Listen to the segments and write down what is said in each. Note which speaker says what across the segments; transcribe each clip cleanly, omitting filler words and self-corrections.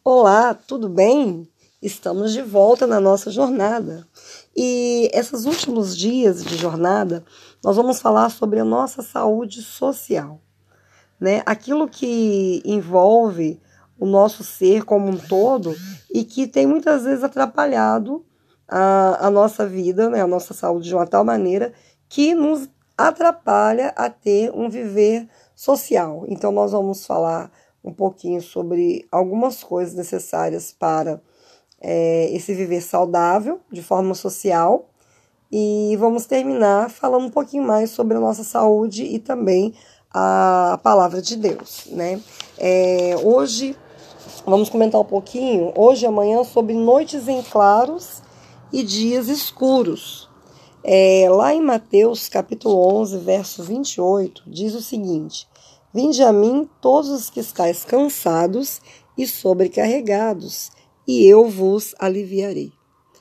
Speaker 1: Olá, tudo bem? Estamos de volta na nossa jornada. E esses últimos dias de jornada, nós vamos falar sobre a nossa saúde social, né? Aquilo que envolve o nosso ser como um todo e que tem muitas vezes atrapalhado a nossa vida, né? A nossa saúde de uma tal maneira que nos atrapalha a ter um viver social. Então, nós vamos falar um pouquinho sobre algumas coisas necessárias para esse viver saudável, de forma social, e vamos terminar falando um pouquinho mais sobre a nossa saúde e também a palavra de Deus, né? Hoje, vamos comentar um pouquinho, hoje e amanhã, sobre noites em claros e dias escuros. Lá em Mateus, capítulo 11, verso 28, diz o seguinte: Vinde a mim todos os que estáis cansados e sobrecarregados, e eu vos aliviarei.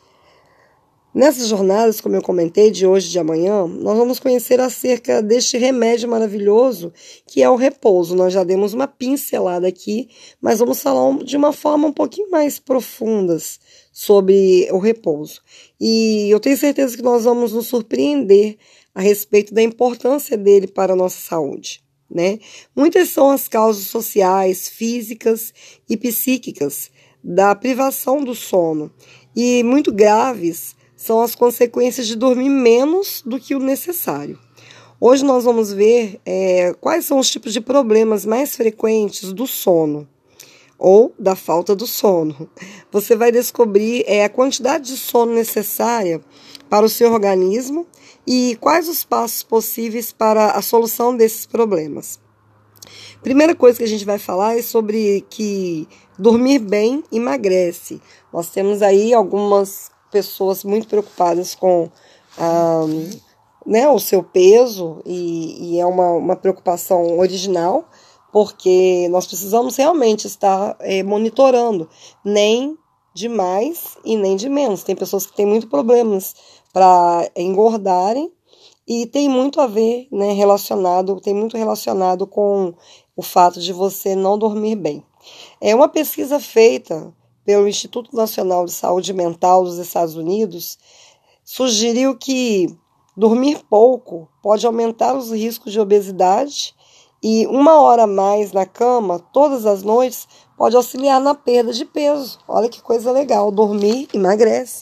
Speaker 1: Nessas jornadas, como eu comentei, de hoje e de amanhã, nós vamos conhecer acerca deste remédio maravilhoso que é o repouso. Nós já demos uma pincelada aqui, mas vamos falar de uma forma um pouquinho mais profunda sobre o repouso. E eu tenho certeza que nós vamos nos surpreender a respeito da importância dele para a nossa saúde, né? Muitas são as causas sociais, físicas e psíquicas da privação do sono, e muito graves são as consequências de dormir menos do que o necessário. Hoje nós vamos ver quais são os tipos de problemas mais frequentes do sono ou da falta do sono. Você vai descobrir a quantidade de sono necessária para o seu organismo e quais os passos possíveis para a solução desses problemas. Primeira coisa que a gente vai falar é sobre que dormir bem emagrece. Nós temos aí algumas pessoas muito preocupadas com o seu peso e é uma preocupação original, porque nós precisamos realmente estar monitorando, nem de mais e nem de menos. Tem pessoas que têm muito problemas para engordarem e tem muito a ver, né, tem muito relacionado com o fato de você não dormir bem. Uma pesquisa feita pelo Instituto Nacional de Saúde Mental dos Estados Unidos sugeriu que dormir pouco pode aumentar os riscos de obesidade e 1 hora a mais na cama todas as noites pode auxiliar na perda de peso. Olha que coisa legal, dormir emagrece.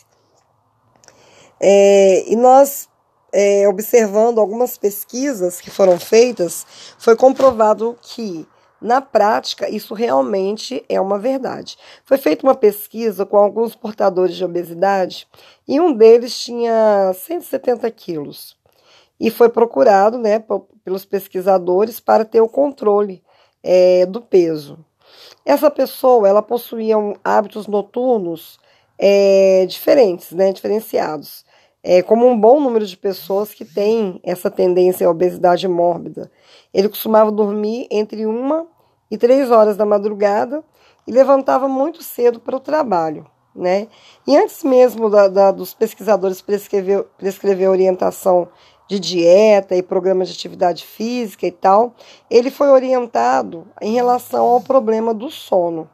Speaker 1: E nós, observando algumas pesquisas que foram feitas, foi comprovado que, na prática, isso realmente é uma verdade. Foi feita uma pesquisa com alguns portadores de obesidade e um deles tinha 170 quilos. E foi procurado, né, pelos pesquisadores para ter o controle do peso. Essa pessoa, ela possuía hábitos noturnos diferentes, né, diferenciados. Como um bom número de pessoas que têm essa tendência à obesidade mórbida. Ele costumava dormir entre 1 e 3 horas da madrugada e levantava muito cedo para o trabalho, né? E antes mesmo dos pesquisadores prescrever orientação de dieta e programa de atividade física e tal, ele foi orientado em relação ao problema do sono.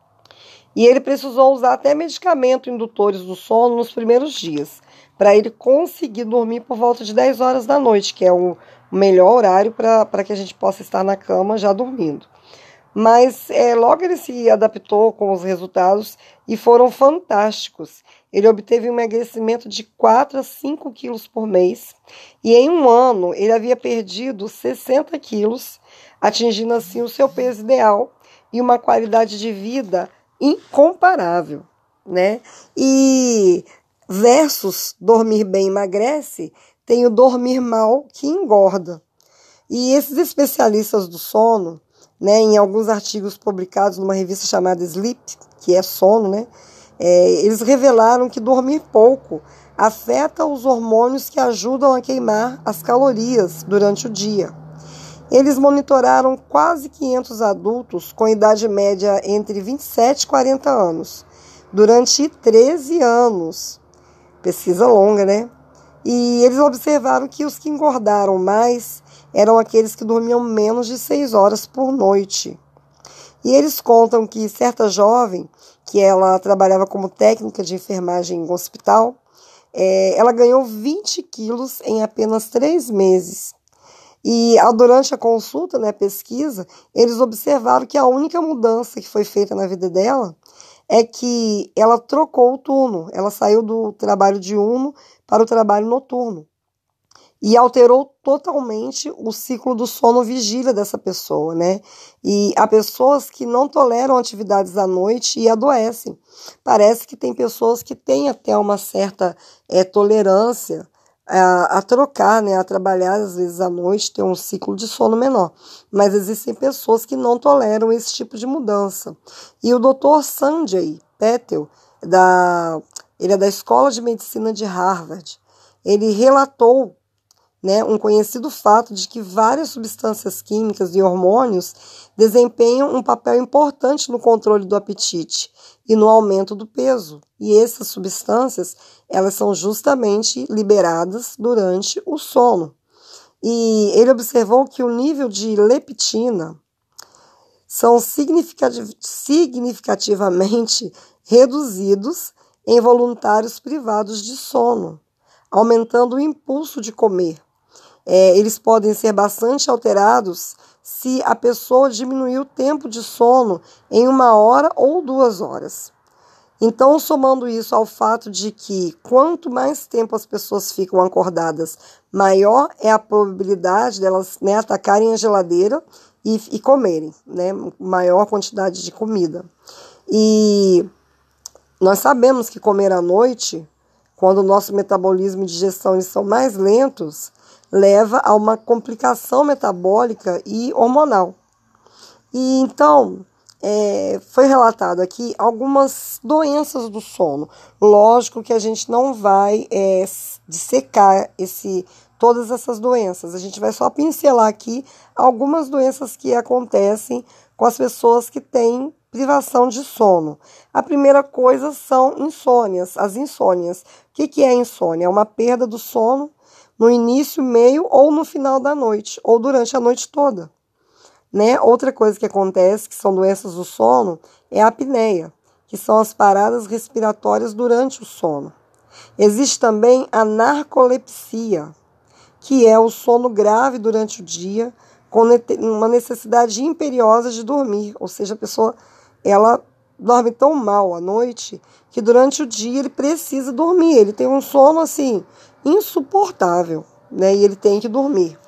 Speaker 1: E ele precisou usar até medicamento indutores do sono nos primeiros dias, para ele conseguir dormir por volta de 10 horas da noite, que é o melhor horário para que a gente possa estar na cama já dormindo. Mas logo ele se adaptou com os resultados e foram fantásticos. Ele obteve um emagrecimento de 4 a 5 quilos por mês e em 1 ano ele havia perdido 60 quilos, atingindo assim o seu peso ideal e uma qualidade de vida incomparável, né? E versus dormir bem emagrece, tem o dormir mal que engorda. E esses especialistas do sono, né, em alguns artigos publicados numa revista chamada Sleep, que é sono, né, eles revelaram que dormir pouco afeta os hormônios que ajudam a queimar as calorias durante o dia. Eles monitoraram quase 500 adultos com idade média entre 27 e 40 anos, durante 13 anos. Pesquisa longa, né? E eles observaram que os que engordaram mais eram aqueles que dormiam menos de 6 horas por noite. E eles contam que certa jovem, que ela trabalhava como técnica de enfermagem em um hospital, ela ganhou 20 quilos em apenas 3 meses. E durante a consulta, né, pesquisa, eles observaram que a única mudança que foi feita na vida dela é que ela trocou o turno. Ela saiu do trabalho diurno para o trabalho noturno. E alterou totalmente o ciclo do sono-vigília dessa pessoa, né? E há pessoas que não toleram atividades à noite e adoecem. Parece que tem pessoas que têm até uma certa tolerância a trocar, né? A trabalhar às vezes à noite, ter um ciclo de sono menor. Mas existem pessoas que não toleram esse tipo de mudança. E o Dr. Sanjay Patel, ele é da Escola de Medicina de Harvard, ele relatou, né, um conhecido fato de que várias substâncias químicas e hormônios desempenham um papel importante no controle do apetite e no aumento do peso. E essas substâncias, elas são justamente liberadas durante o sono. E ele observou que o nível de leptina são significativamente reduzidos em voluntários privados de sono, aumentando o impulso de comer. Eles podem ser bastante alterados se a pessoa diminuir o tempo de sono em 1 hora ou 2 horas. Então, somando isso ao fato de que quanto mais tempo as pessoas ficam acordadas, maior é a probabilidade delas, né, atacarem a geladeira e comerem, né, maior quantidade de comida. E nós sabemos que comer à noite, quando o nosso metabolismo e digestão eles são mais lentos, leva a uma complicação metabólica e hormonal. E então, foi relatado aqui algumas doenças do sono. Lógico que a gente não vai dissecar todas essas doenças. A gente vai só pincelar aqui algumas doenças que acontecem com as pessoas que têm privação de sono. A primeira coisa são insônias, as insônias. O que é a insônia? É uma perda do sono no início, meio ou no final da noite, ou durante a noite toda. Né? Outra coisa que acontece, que são doenças do sono, é a apneia, que são as paradas respiratórias durante o sono. Existe também a narcolepsia, que é o sono grave durante o dia, com uma necessidade imperiosa de dormir, ou seja, a pessoa ela dorme tão mal à noite que durante o dia ele precisa dormir, ele tem um sono assim insuportável, né? E ele tem que dormir.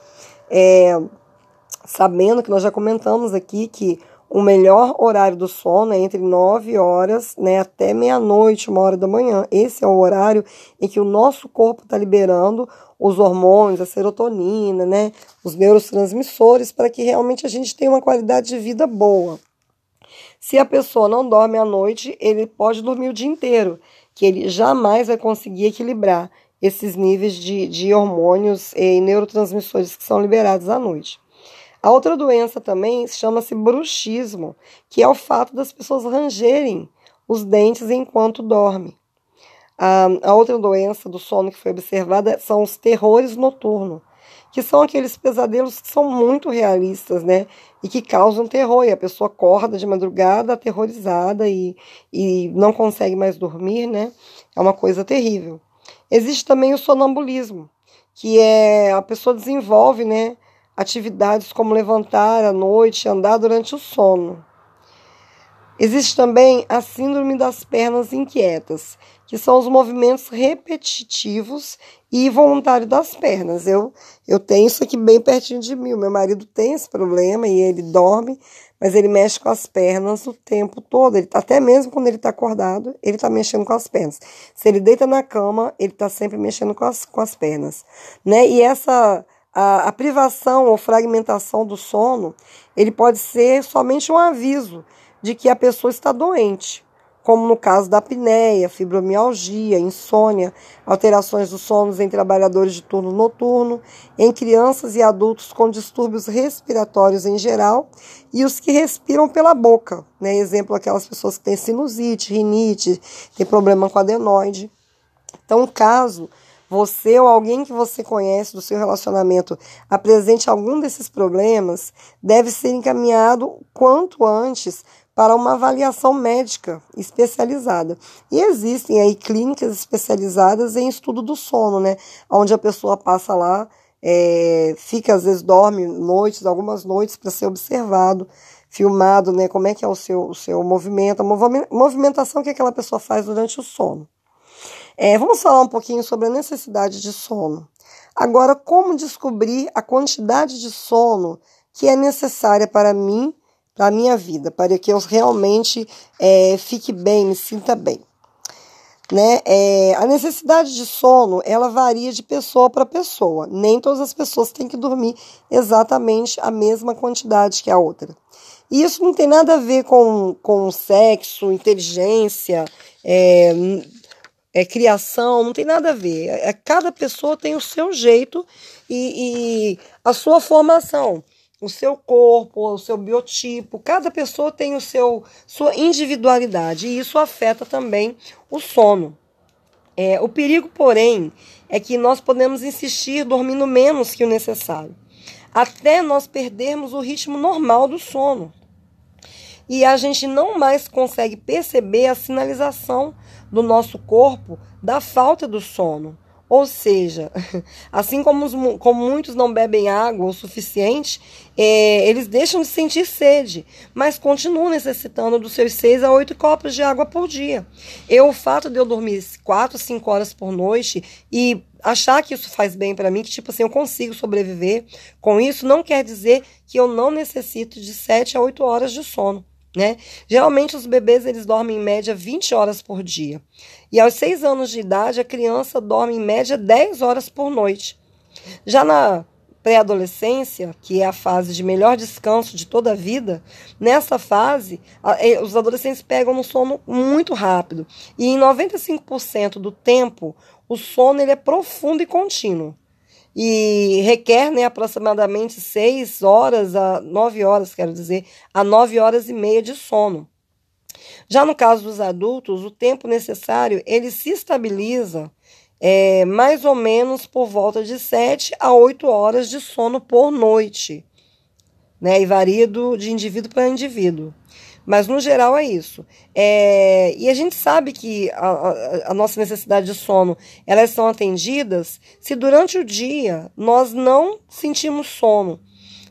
Speaker 1: Sabendo que nós já comentamos aqui que o melhor horário do sono é entre 9 horas, né, até meia-noite, 1 hora da manhã. Esse é o horário em que o nosso corpo está liberando os hormônios, a serotonina, né, os neurotransmissores, para que realmente a gente tenha uma qualidade de vida boa. Se a pessoa não dorme à noite, ele pode dormir o dia inteiro, que ele jamais vai conseguir equilibrar esses níveis de hormônios e neurotransmissores que são liberados à noite. A outra doença também chama-se bruxismo, que é o fato das pessoas rangerem os dentes enquanto dormem. A outra doença do sono que foi observada são os terrores noturnos, que são aqueles pesadelos que são muito realistas, né? E que causam terror, e a pessoa acorda de madrugada aterrorizada e não consegue mais dormir, né? É uma coisa terrível. Existe também o sonambulismo, que a pessoa desenvolve, né, atividades como levantar à noite, andar durante o sono. Existe também a síndrome das pernas inquietas, que são os movimentos repetitivos e involuntários das pernas. Eu tenho isso aqui bem pertinho de mim. O meu marido tem esse problema e ele dorme, mas ele mexe com as pernas o tempo todo. Até mesmo quando ele está acordado, ele está mexendo com as pernas. Se ele deita na cama, ele está sempre mexendo com as pernas, né? E a privação ou fragmentação do sono, ele pode ser somente um aviso de que a pessoa está doente, como no caso da apneia, fibromialgia, insônia, alterações dos sonos em trabalhadores de turno noturno, em crianças e adultos com distúrbios respiratórios em geral e os que respiram pela boca, né? Exemplo, aquelas pessoas que têm sinusite, rinite, têm problema com adenoide. Então, o caso você ou alguém que você conhece do seu relacionamento apresente algum desses problemas, deve ser encaminhado quanto antes para uma avaliação médica especializada. E existem aí clínicas especializadas em estudo do sono, né? Onde a pessoa passa lá, fica, às vezes dorme noites, algumas noites, para ser observado, filmado, né? Como é que é o seu movimento, a movimentação que aquela pessoa faz durante o sono. Vamos falar um pouquinho sobre a necessidade de sono. Agora, como descobrir a quantidade de sono que é necessária para mim, para a minha vida, para que eu realmente fique bem, me sinta bem. Né? A necessidade de sono, ela varia de pessoa para pessoa. Nem todas as pessoas têm que dormir exatamente a mesma quantidade que a outra. E isso não tem nada a ver com sexo, inteligência, criação, não tem nada a ver. Cada pessoa tem o seu jeito e a sua formação, o seu corpo, o seu biotipo. Cada pessoa tem sua individualidade e isso afeta também o sono. O perigo, porém, é que nós podemos insistir dormindo menos que o necessário, até nós perdermos o ritmo normal do sono. E a gente não mais consegue perceber a sinalização do nosso corpo da falta do sono. Ou seja, assim como muitos não bebem água o suficiente, eles deixam de sentir sede, mas continuam necessitando dos seus 6 a 8 copos de água por dia. O fato de eu dormir 4, 5 horas por noite e achar que isso faz bem para mim, que tipo assim, eu consigo sobreviver com isso, não quer dizer que eu não necessito de 7 a 8 horas de sono. Né? Geralmente os bebês eles dormem em média 20 horas por dia. E aos 6 anos de idade a criança dorme em média 10 horas por noite. Já na pré-adolescência, que é a fase de melhor descanso de toda a vida, nessa fase os adolescentes pegam no sono muito rápido. E em 95% do tempo o sono ele é profundo e contínuo. E requer, né, aproximadamente 6 horas a 9 horas, a 9 horas e meia de sono. Já no caso dos adultos, o tempo necessário, ele se estabiliza mais ou menos por volta de 7 a 8 horas de sono por noite, né, e varia de indivíduo para indivíduo. Mas, no geral, é isso. E a gente sabe que a nossa necessidade de sono, elas são atendidas se durante o dia nós não sentimos sono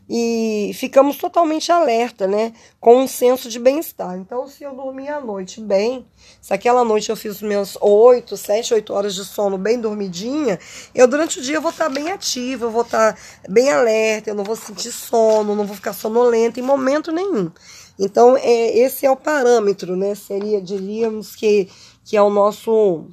Speaker 1: e ficamos totalmente alerta, né, com um senso de bem-estar. Então, se eu dormir à noite bem, se aquela noite eu fiz meus 7, 8 horas de sono bem dormidinha, durante o dia eu vou estar bem ativa, eu vou estar bem alerta, eu não vou sentir sono, não vou ficar sonolenta em momento nenhum. Então, esse é o parâmetro, né? Diríamos que é o nosso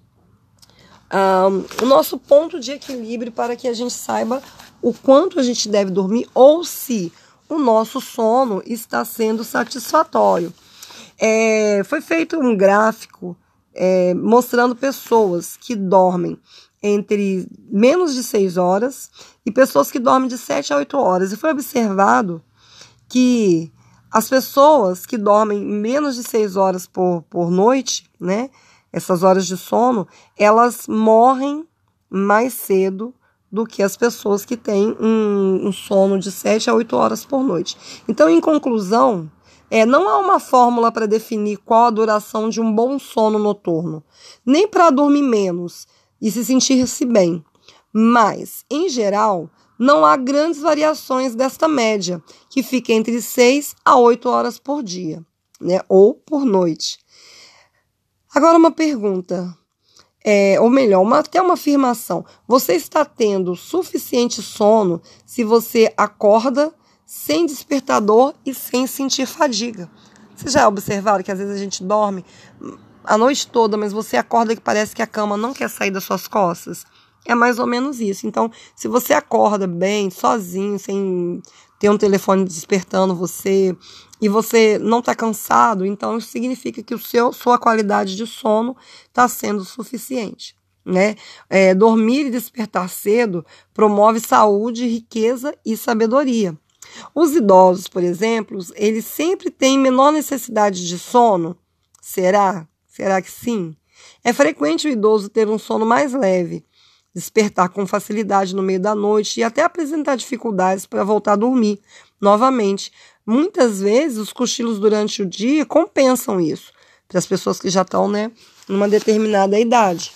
Speaker 1: ponto de equilíbrio para que a gente saiba o quanto a gente deve dormir ou se o nosso sono está sendo satisfatório. Foi feito um gráfico mostrando pessoas que dormem entre menos de 6 horas e pessoas que dormem de 7 a 8 horas. E foi observado que as pessoas que dormem menos de 6 horas por noite, né, essas horas de sono, elas morrem mais cedo do que as pessoas que têm um sono de 7 a 8 horas por noite. Então, em conclusão, não há uma fórmula para definir qual a duração de um bom sono noturno, nem para dormir menos e se sentir-se bem. Mas, em geral, não há grandes variações desta média, que fica entre 6 a 8 horas por dia, né, ou por noite. Agora uma pergunta, ou melhor, até uma afirmação. Você está tendo suficiente sono se você acorda sem despertador e sem sentir fadiga? Vocês já observaram que às vezes a gente dorme a noite toda, mas você acorda que parece que a cama não quer sair das suas costas? É mais ou menos isso. Então, se você acorda bem, sozinho, sem ter um telefone despertando você, e você não está cansado, então isso significa que sua qualidade de sono está sendo suficiente. Né? Dormir e despertar cedo promove saúde, riqueza e sabedoria. Os idosos, por exemplo, eles sempre têm menor necessidade de sono? Será? Será que sim? É frequente o idoso ter um sono mais leve despertar com facilidade no meio da noite e até apresentar dificuldades para voltar a dormir novamente. Muitas vezes os cochilos durante o dia compensam isso, para as pessoas que já estão, né, numa determinada idade.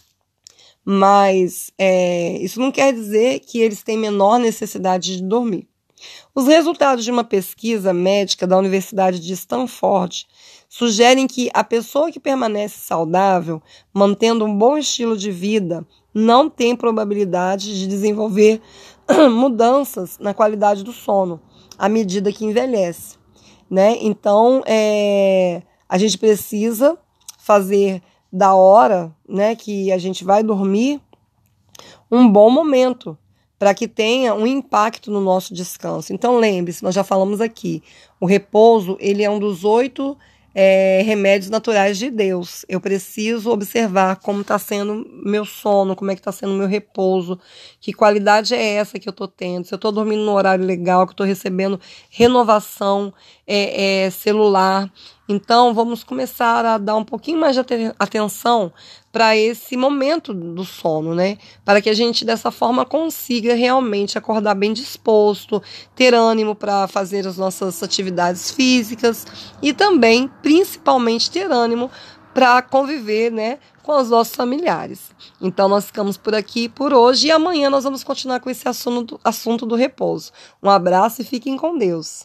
Speaker 1: Mas isso não quer dizer que eles têm menor necessidade de dormir. Os resultados de uma pesquisa médica da Universidade de Stanford sugerem que a pessoa que permanece saudável, mantendo um bom estilo de vida, não tem probabilidade de desenvolver mudanças na qualidade do sono à medida que envelhece, né? Então, a gente precisa fazer da hora, né, que a gente vai dormir um bom momento, para que tenha um impacto no nosso descanso. Então, lembre-se, nós já falamos aqui, o repouso, ele é um dos 8 remédios naturais de Deus. Eu preciso observar como está sendo meu sono, como é que está sendo meu repouso, que qualidade é essa que eu estou tendo, se eu estou dormindo no horário legal, que eu estou recebendo renovação celular. Então, vamos começar a dar um pouquinho mais de atenção para esse momento do sono, né? Para que a gente, dessa forma, consiga realmente acordar bem disposto, ter ânimo para fazer as nossas atividades físicas e também, principalmente, ter ânimo para conviver, né, com os nossos familiares. Então, nós ficamos por aqui por hoje e amanhã nós vamos continuar com esse assunto do repouso. Um abraço e fiquem com Deus.